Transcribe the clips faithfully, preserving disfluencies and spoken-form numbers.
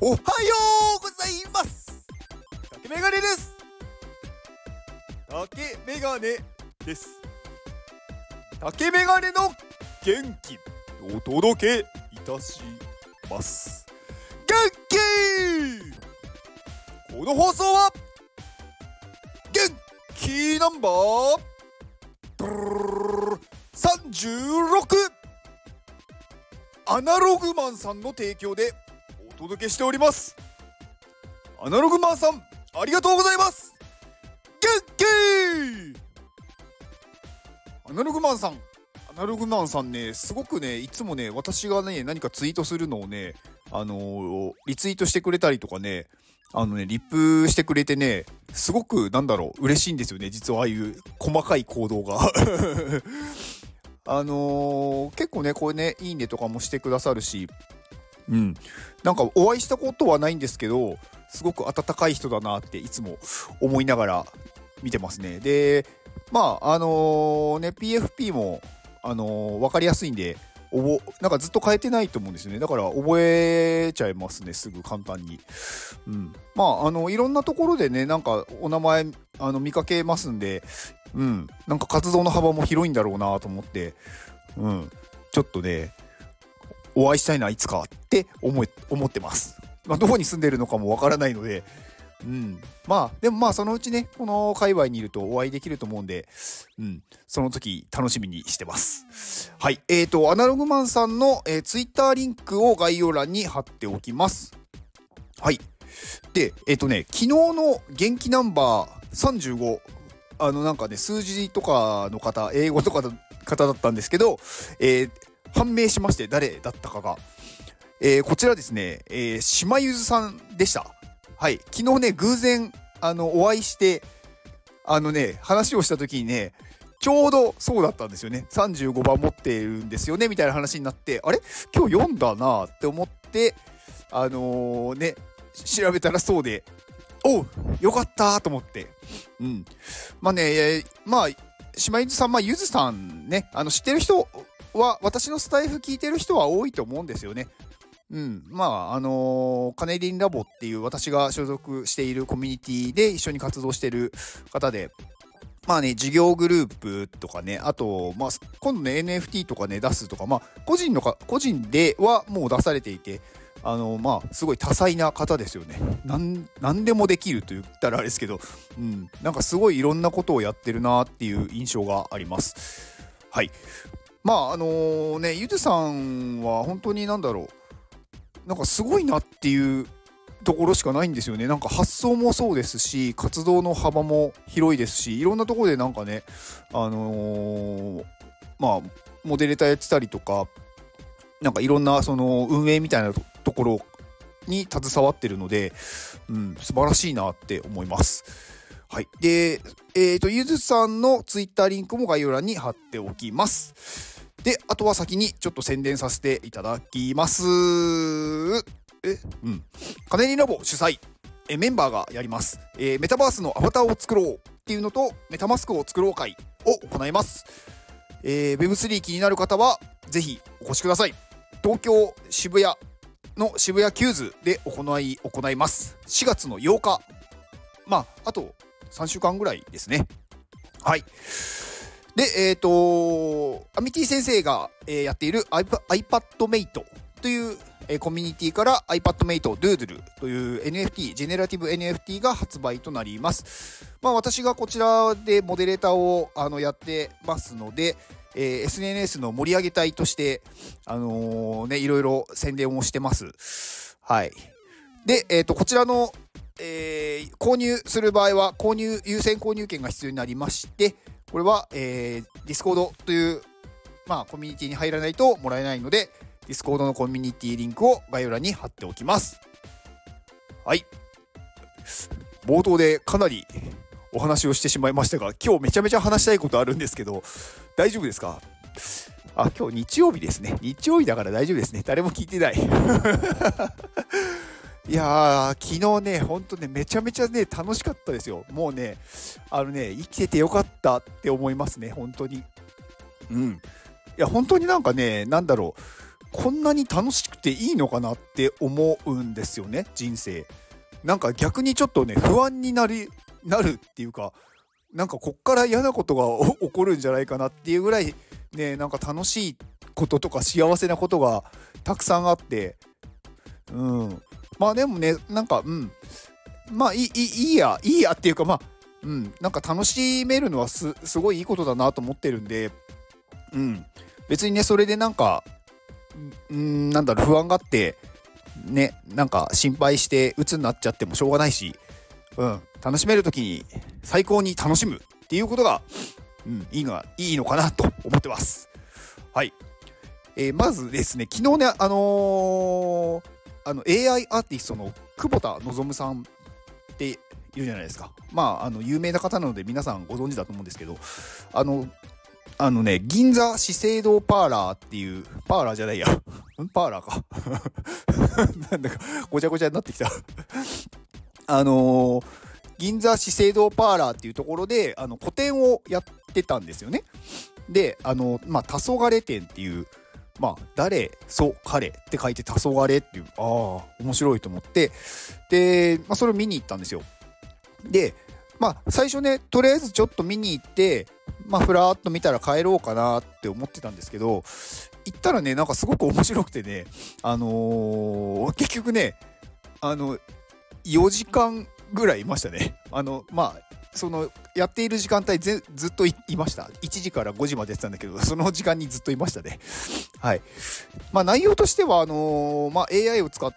おはようございます。竹メガネです。竹メガネです。竹メガネの元気お届けいたします。元気。この放送は元気ナンバーさんじゅうろくアナログマンさんの提供でお届けしております。アナログマンさん、ありがとうございます。元気。アナログマンさん、アナログマンさんね、すごくね、いつもね、私がね、何かツイートするのをね、あのー、リツイートしてくれたりとかね、あのね、リップしてくれてね、すごくなんだろう、嬉しいんですよね、実はああいう細かい行動が。あのー、結構ね、これね、いいねとかもしてくださるし、うん、なんかお会いしたことはないんですけど、すごく温かい人だなっていつも思いながら見てますね。で、まああのー、ね ピーエフピー もあのー、分かりやすいんで、おぼなんかずっと変えてないと思うんですよね。だから覚えちゃいますね、すぐ簡単に。うん、まああのいろんなところでね、なんかお名前あの見かけますんで、うん、なんか活動の幅も広いんだろうなと思って、うん、ちょっとねお会いしたいな、いつかって思い思ってます。まあ、どこに住んでるのかもわからないので、うん、まあでもまあそのうちね、この界隈にいるとお会いできると思うんで、うん、その時楽しみにしてます。はい、えーとアナログマンさんの、えー、ツイッターリンクを概要欄に貼っておきます。はい。で、えっ、ー、とね、昨日の元気ナンバーさんじゅうご、あのなんかね、数字とかの方、英語とかの方だったんですけど、えー、判明しまして、誰だったかが、えー、こちらですね、えー、島ゆずさんでした。はい、昨日ね、偶然あのお会いして、あのね、話をした時にね、ちょうどそうだったんですよね。さんじゅうごばん持っているんですよねみたいな話になって、あれ今日読んだなって思って、あのー、ね調べたらそうで、おうよかったと思って、うん、まあね、えー、まあ島ゆずさん、まあゆずさんね、あの知ってる人は、私のスタイフ聞いてる人は多いと思うんですよね。うん、まああのー、カネリンラボっていう私が所属しているコミュニティで一緒に活動している方で、まあね、事業グループとかね、あと、まあ、今度ね エヌエフティー とかね出すとか、まあ個人のか個人ではもう出されていて、あのまあすごい多彩な方ですよね。なん、なんでもできると言ったらあれですけど、うん、なんかすごいいろんなことをやってるなっていう印象があります。はい。まああのー、ね、ゆずさんは本当になんだろう、なんかすごいなっていうところしかないんですよね。なんか発想もそうですし、活動の幅も広いですし、いろんなところでなんかね、あのー、まあモデレーターやってたりとか、なんかいろんなその運営みたいなところに携わってるので、うん、素晴らしいなって思います。はい。で、えっとゆずさんのツイッターリンクも概要欄に貼っておきます。で、あとは先にちょっと宣伝させていただきます。え、うん。カネリンラボ主催、えメンバーがやります、えー、メタバースのアバターを作ろうっていうのと、メタマスクを作ろう会を行います。えー、ウェブスリー 気になる方はぜひお越しください。東京渋谷の渋谷キューズで行い行います。しがつのようか、まああとさんしゅうかんぐらいですね。はい。で、えっ、ー、とアミティ先生が、えー、やっている iPadMate という、えー、コミュニティから iPadMate Doodle という エヌエフティー、ジェネラティブ エヌエフティー が発売となります。まあ私がこちらでモデレーターをあのやってますので、えー、エスエヌエス の盛り上げ隊として、あのー、ね、いろいろ宣伝をしてます。はい。で、えっ、ー、と、こちらの、えー、購入する場合は、購入、優先購入権が必要になりまして、これは、えー、Discord という、まあ、コミュニティに入らないともらえないので、Discord のコミュニティリンクを概要欄に貼っておきます。はい。冒頭でかなりお話をしてしまいましたが、今日めちゃめちゃ話したいことあるんですけど、大丈夫ですか？あ、今日日曜日ですね。日曜日だから大丈夫ですね。誰も聞いてない。いやー、昨日ね、ほんとね、めちゃめちゃね、楽しかったですよ。もうね、あのね、生きててよかったって思いますね、本当に。うん。いや、本当になんかね、なんだろう、 こんなに楽しくていいのかなって思うんですよね、人生。なんか逆にちょっとね不安になりなるっていうか、なんかこっから嫌なことが起こるんじゃないかなっていうぐらいね、なんか楽しいこととか幸せなことがたくさんあって、うん、まあでもね、なんかうんまあいいいいいやいいやっていうか、まあうんなんか楽しめるのはすすごいいいことだなと思ってるんで、うん別にねそれでなんかんなんだろう不安があってね、なんか心配して鬱になっちゃってもしょうがないし、うん、楽しめる時に最高に楽しむっていうことが、うん、いいのがいいのかなと思ってます。はい、えー、まずですね、昨日ね、あのー、あの エーアイ アーティストの久保田望さんっているじゃないですか。まああの有名な方なので皆さんご存知だと思うんですけど、あのあのね、銀座資生堂パーラーっていう、パーラーじゃないや、んパーラーか。なんだかごちゃごちゃになってきた。あのー、銀座資生堂パーラーっていうところで、あの、個展をやってたんですよね。で、あの、まあ、黄昏展っていう、まあ、誰、そ、彼って書いて黄昏っていう、ああ、面白いと思って、で、まあ、それを見に行ったんですよ。で、まあ、最初ね、とりあえずちょっと見に行って、まあ、ふらーっと見たら帰ろうかなって思ってたんですけど、行ったらね、なんかすごく面白くてね、あのー、結局ね、あの、よじかんぐらいいましたね。あの、まあ、その、やっている時間帯ずっと い, いました。いちじからごじまでやってたんだけど、その時間にずっといましたね。はい。まあ、内容としては、あのー、まあ、エーアイ を使った、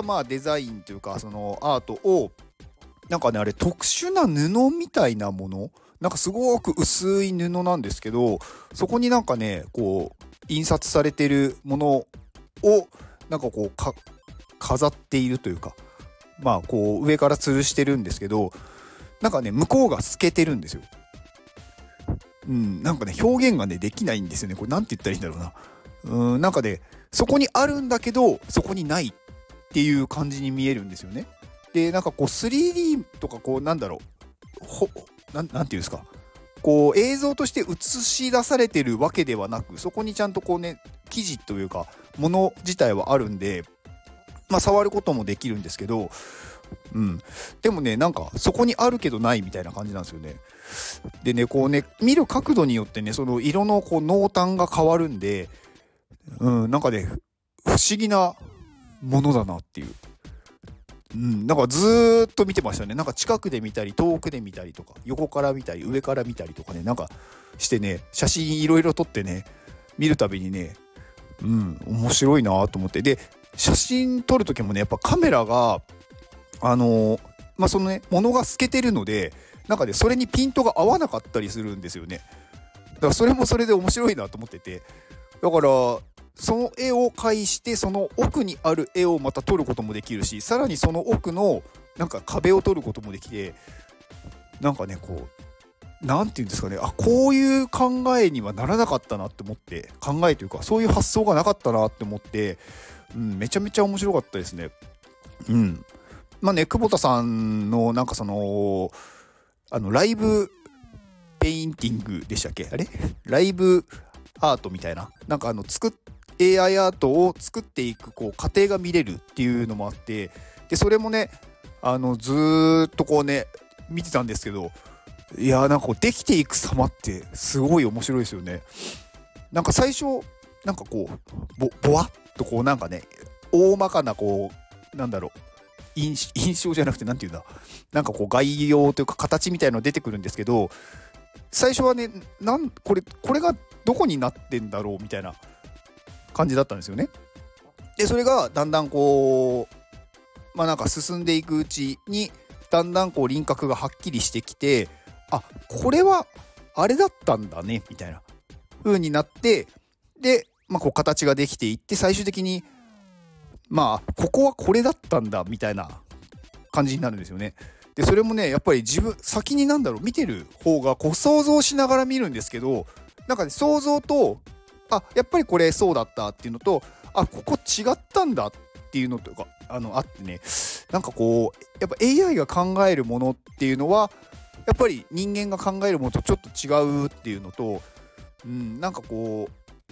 まあ、デザインというか、その、アートを、なんかね、あれ、特殊な布みたいなもの、なんかすごく薄い布なんですけど、そこになんかね、こう、印刷されてるものを、なんかこう、か飾っているというか、まあ、こう、上から吊るしてるんですけど、なんかね、向こうが透けてるんですよ。うん、なんかね、表現がね、できないんですよね。これ、なんて言ったらいいんだろうな。うん、なんかね、そこにあるんだけど、そこにないっていう感じに見えるんですよね。で、なんかこう スリーディー とかこうなんだろう、ほなん、なんていうんですか、こう映像として映し出されてるわけではなく、そこにちゃんとこうね、生地というかもの自体はあるんで、まあ触ることもできるんですけど、うん、でもね、なんかそこにあるけどないみたいな感じなんですよね。でね、こうね、見る角度によってね、その色のこう濃淡が変わるんで、うん、なんかね、不思議なものだなっていう。うん、なんかずーっと見てましたね。なんか近くで見たり遠くで見たりとか、横から見たり上から見たりとかね、なんかしてね、写真いろいろ撮ってね、見るたびにね、うん面白いなと思って。で、写真撮る時もね、やっぱカメラがあのー、まあそのね、物が透けてるので、なんかね、それにピントが合わなかったりするんですよね。だからそれもそれで面白いなと思ってて、だからその絵を介してその奥にある絵をまた撮ることもできるし、さらにその奥のなんか壁を撮ることもできて、なんかね、こうなんていうんですかね、あ、こういう考えにはならなかったなって思って、考えというかそういう発想がなかったなって思って、うん、めちゃめちゃ面白かったですね。うん、まあね、久保田さんのなんかそのあのライブペインティングでしたっけ、あれライブアートみたいな、なんかあの作っ エーアイ アートを作っていくこう過程が見れるっていうのもあって、でそれもね、あのずーっとこうね見てたんですけど、いやーなんかこうできていく様ってすごい面白いですよね。なんか最初なんかこう ぼ, ぼわっとこうなんかね、大まかなこうなんだろう、印, 印象じゃなくてなんていうんだ、なんかこう概要というか形みたいなの出てくるんですけど、最初はね、なんこれこれがどこになってんだろうみたいな感じだったんですよね。でそれがだんだんこうまあなんか進んでいくうちにだんだんこう輪郭がはっきりしてきて、あ、これはあれだったんだねみたいな風になって、で、まあ、こう形ができていって、最終的にまあここはこれだったんだみたいな感じになるんですよね。でそれもね、やっぱり自分先になんだろう、見てる方がこう想像しながら見るんですけど、なんかね、想像とあ、やっぱりこれそうだったっていうのと、あ、ここ違ったんだっていうのとかあのあってね、なんかこうやっぱ エーアイ が考えるものっていうのはやっぱり人間が考えるものとちょっと違うっていうのと、うん、なんかこう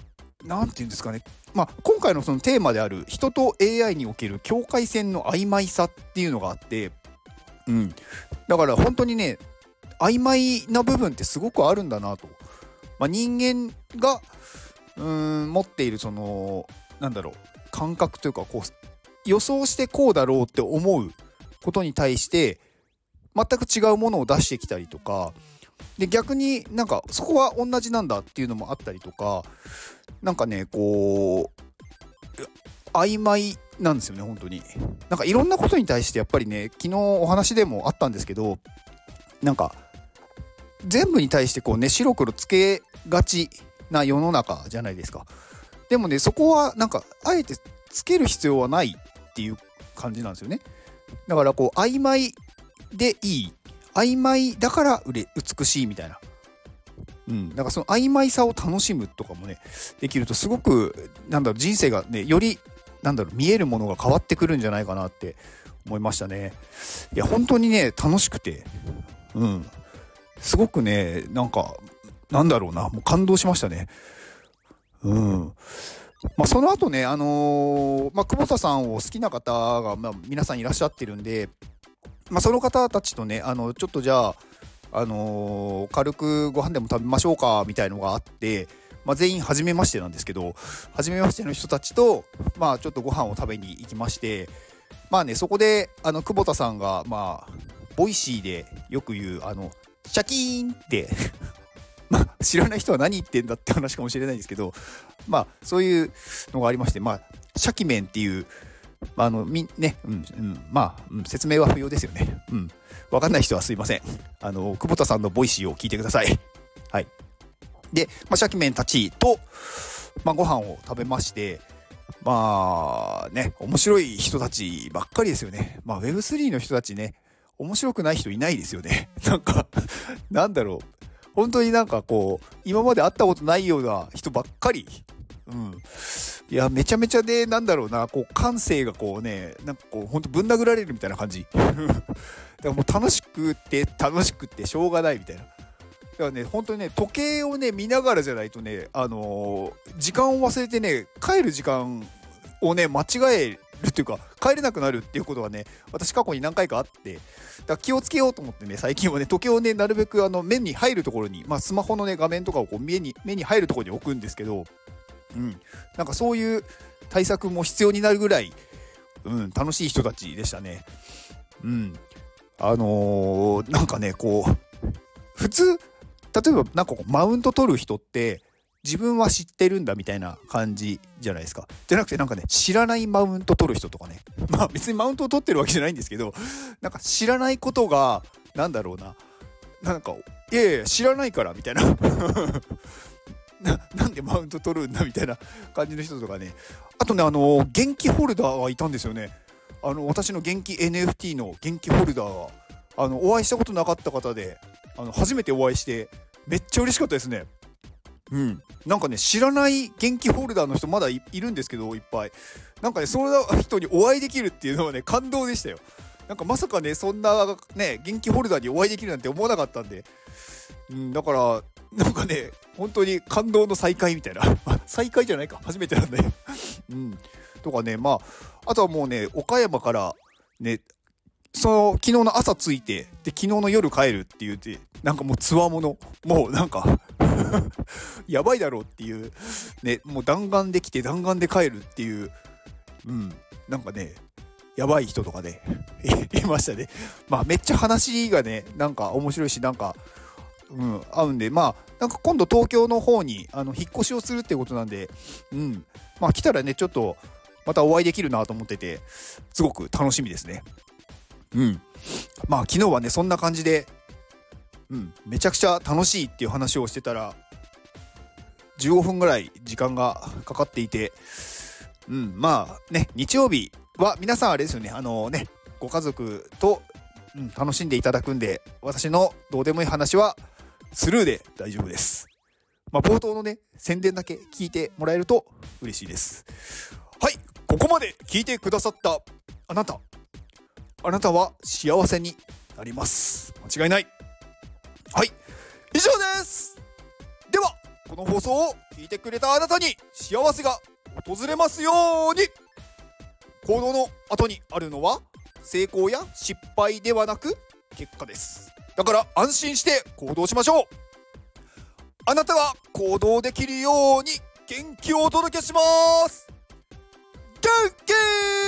なんていうんですかね、まあ、今回のそのテーマである人と エーアイ における境界線の曖昧さっていうのがあって、うん、だから本当にね曖昧な部分ってすごくあるんだなと、まあ、人間がうーん持っているそのなんだろう感覚というかこう予想してこうだろうって思うことに対して全く違うものを出してきたりとかで、逆になんかそこは同じなんだっていうのもあったりとか、なんかねこう曖昧なんですよね本当に。なんかいろんなことに対してやっぱりね昨日お話でもあったんですけど、なんか全部に対してこうね白黒つけがちな世の中じゃないですか。でもねそこはなんかあえてつける必要はないっていう感じなんですよね。だからこう曖昧でいい、曖昧だから美しいみたいな、うん、だからその曖昧さを楽しむとかもねできるとすごくなんだろう人生がねよりなんだろう見えるものが変わってくるんじゃないかなって思いましたね。いや本当にね楽しくて、うんすごくねなんかなんだろうなもう感動しましたね。うんまあ、その後ねあのー、まあ、久保田さんを好きな方が、まあ、皆さんいらっしゃってるんで、まあ、その方たちとねあのちょっとじゃあ、あのー、軽くご飯でも食べましょうかみたいのがあって、まあ、全員初めましてなんですけど初めましての人たちと、まあ、ちょっとご飯を食べに行きまして、まあねそこであの久保田さんがまあボイシーでよく言うあのシャキーンってまあ知らない人は何言ってんだって話かもしれないですけど、まあそういうのがありまして、まあシャキメンっていうあのみね、うんうん、まあ、うん、説明は不要ですよね。うん、分かんない人はすいません。あの久保田さんのボイシーを聞いてください。はい。で、まあ、シャキメンたちと、まあ、ご飯を食べまして、まあね、面白い人たちばっかりですよね。まあ ウェブスリー の人たちね、面白くない人いないですよね。なんかなんだろう。本当になんかこう今まで会ったことないような人ばっかり、うん、いやめちゃめちゃでなんだろうなこう感性がこうねなんかこう本当ぶん殴られるみたいな感じだからもう楽しくって楽しくってしょうがないみたいな。だからね本当にね時計をね見ながらじゃないとねあのー、時間を忘れてね帰る時間をね間違えるっていうか帰れなくなるっていうことはね私過去に何回かあって、だから気をつけようと思ってね最近はね時計をねなるべくあの目に入るところに、まあ、スマホのね画面とかをこう目に目に入るところに置くんですけど、うん、なんかそういう対策も必要になるぐらい、うん、楽しい人たちでしたね。うん、あのー、なんかねこう普通例えばなんかこうマウント取る人って自分は知ってるんだみたいな感じじゃないですか。じゃなくてなんかね知らないマウント取る人とかね、まあ別にマウントを取ってるわけじゃないんですけど、なんか知らないことがなんだろうな、なんかいやいや知らないからみたいなな, なんでマウント取るんだみたいな感じの人とかね。あとねあの元気ホルダーがいたんですよね。あの私の元気 エヌエフティー の元気ホルダーがあのお会いしたことなかった方で、あの初めてお会いしてめっちゃ嬉しかったですね。うん、なんかね知らない元気ホルダーの人まだ い, いるんですけどいっぱいなんかねその人にお会いできるっていうのはね感動でしたよ。なんかまさかねそんなね元気ホルダーにお会いできるなんて思わなかったんで、うん、だからなんかね本当に感動の再会みたいな再会じゃないか初めてなんでうんとかね、まああとはもうね岡山からねその昨日の朝着いてで昨日の夜帰るって言ってなんかもうつわものもうなんかやばいだろうっていうねもう弾丸で来て弾丸で帰るっていううんなんかねやばい人とかねいましたね。まあめっちゃ話がねなんか面白いしなんかうん合うんで、まあなんか今度東京の方にあの引っ越しをするってことなんで、うんまあ来たらねちょっとまたお会いできるなと思っててすごく楽しみですね。うんまあ昨日はねそんな感じで、うん、めちゃくちゃ楽しいっていう話をしてたらじゅうごふんぐらい時間がかかっていて、うんまあね日曜日は皆さんあれですよねあのねご家族と、うん、楽しんでいただくんで私のどうでもいい話はスルーで大丈夫です。まあ冒頭のね宣伝だけ聞いてもらえると嬉しいです。はいここまで聞いてくださったあなたあなたは幸せになります。間違いない。はい以上です。ではこの放送を聞いてくれたあなたに幸せが訪れますように。行動の後にあるのは成功や失敗ではなく結果です。だから安心して行動しましょう。あなたが行動できるように元気をお届けします。元気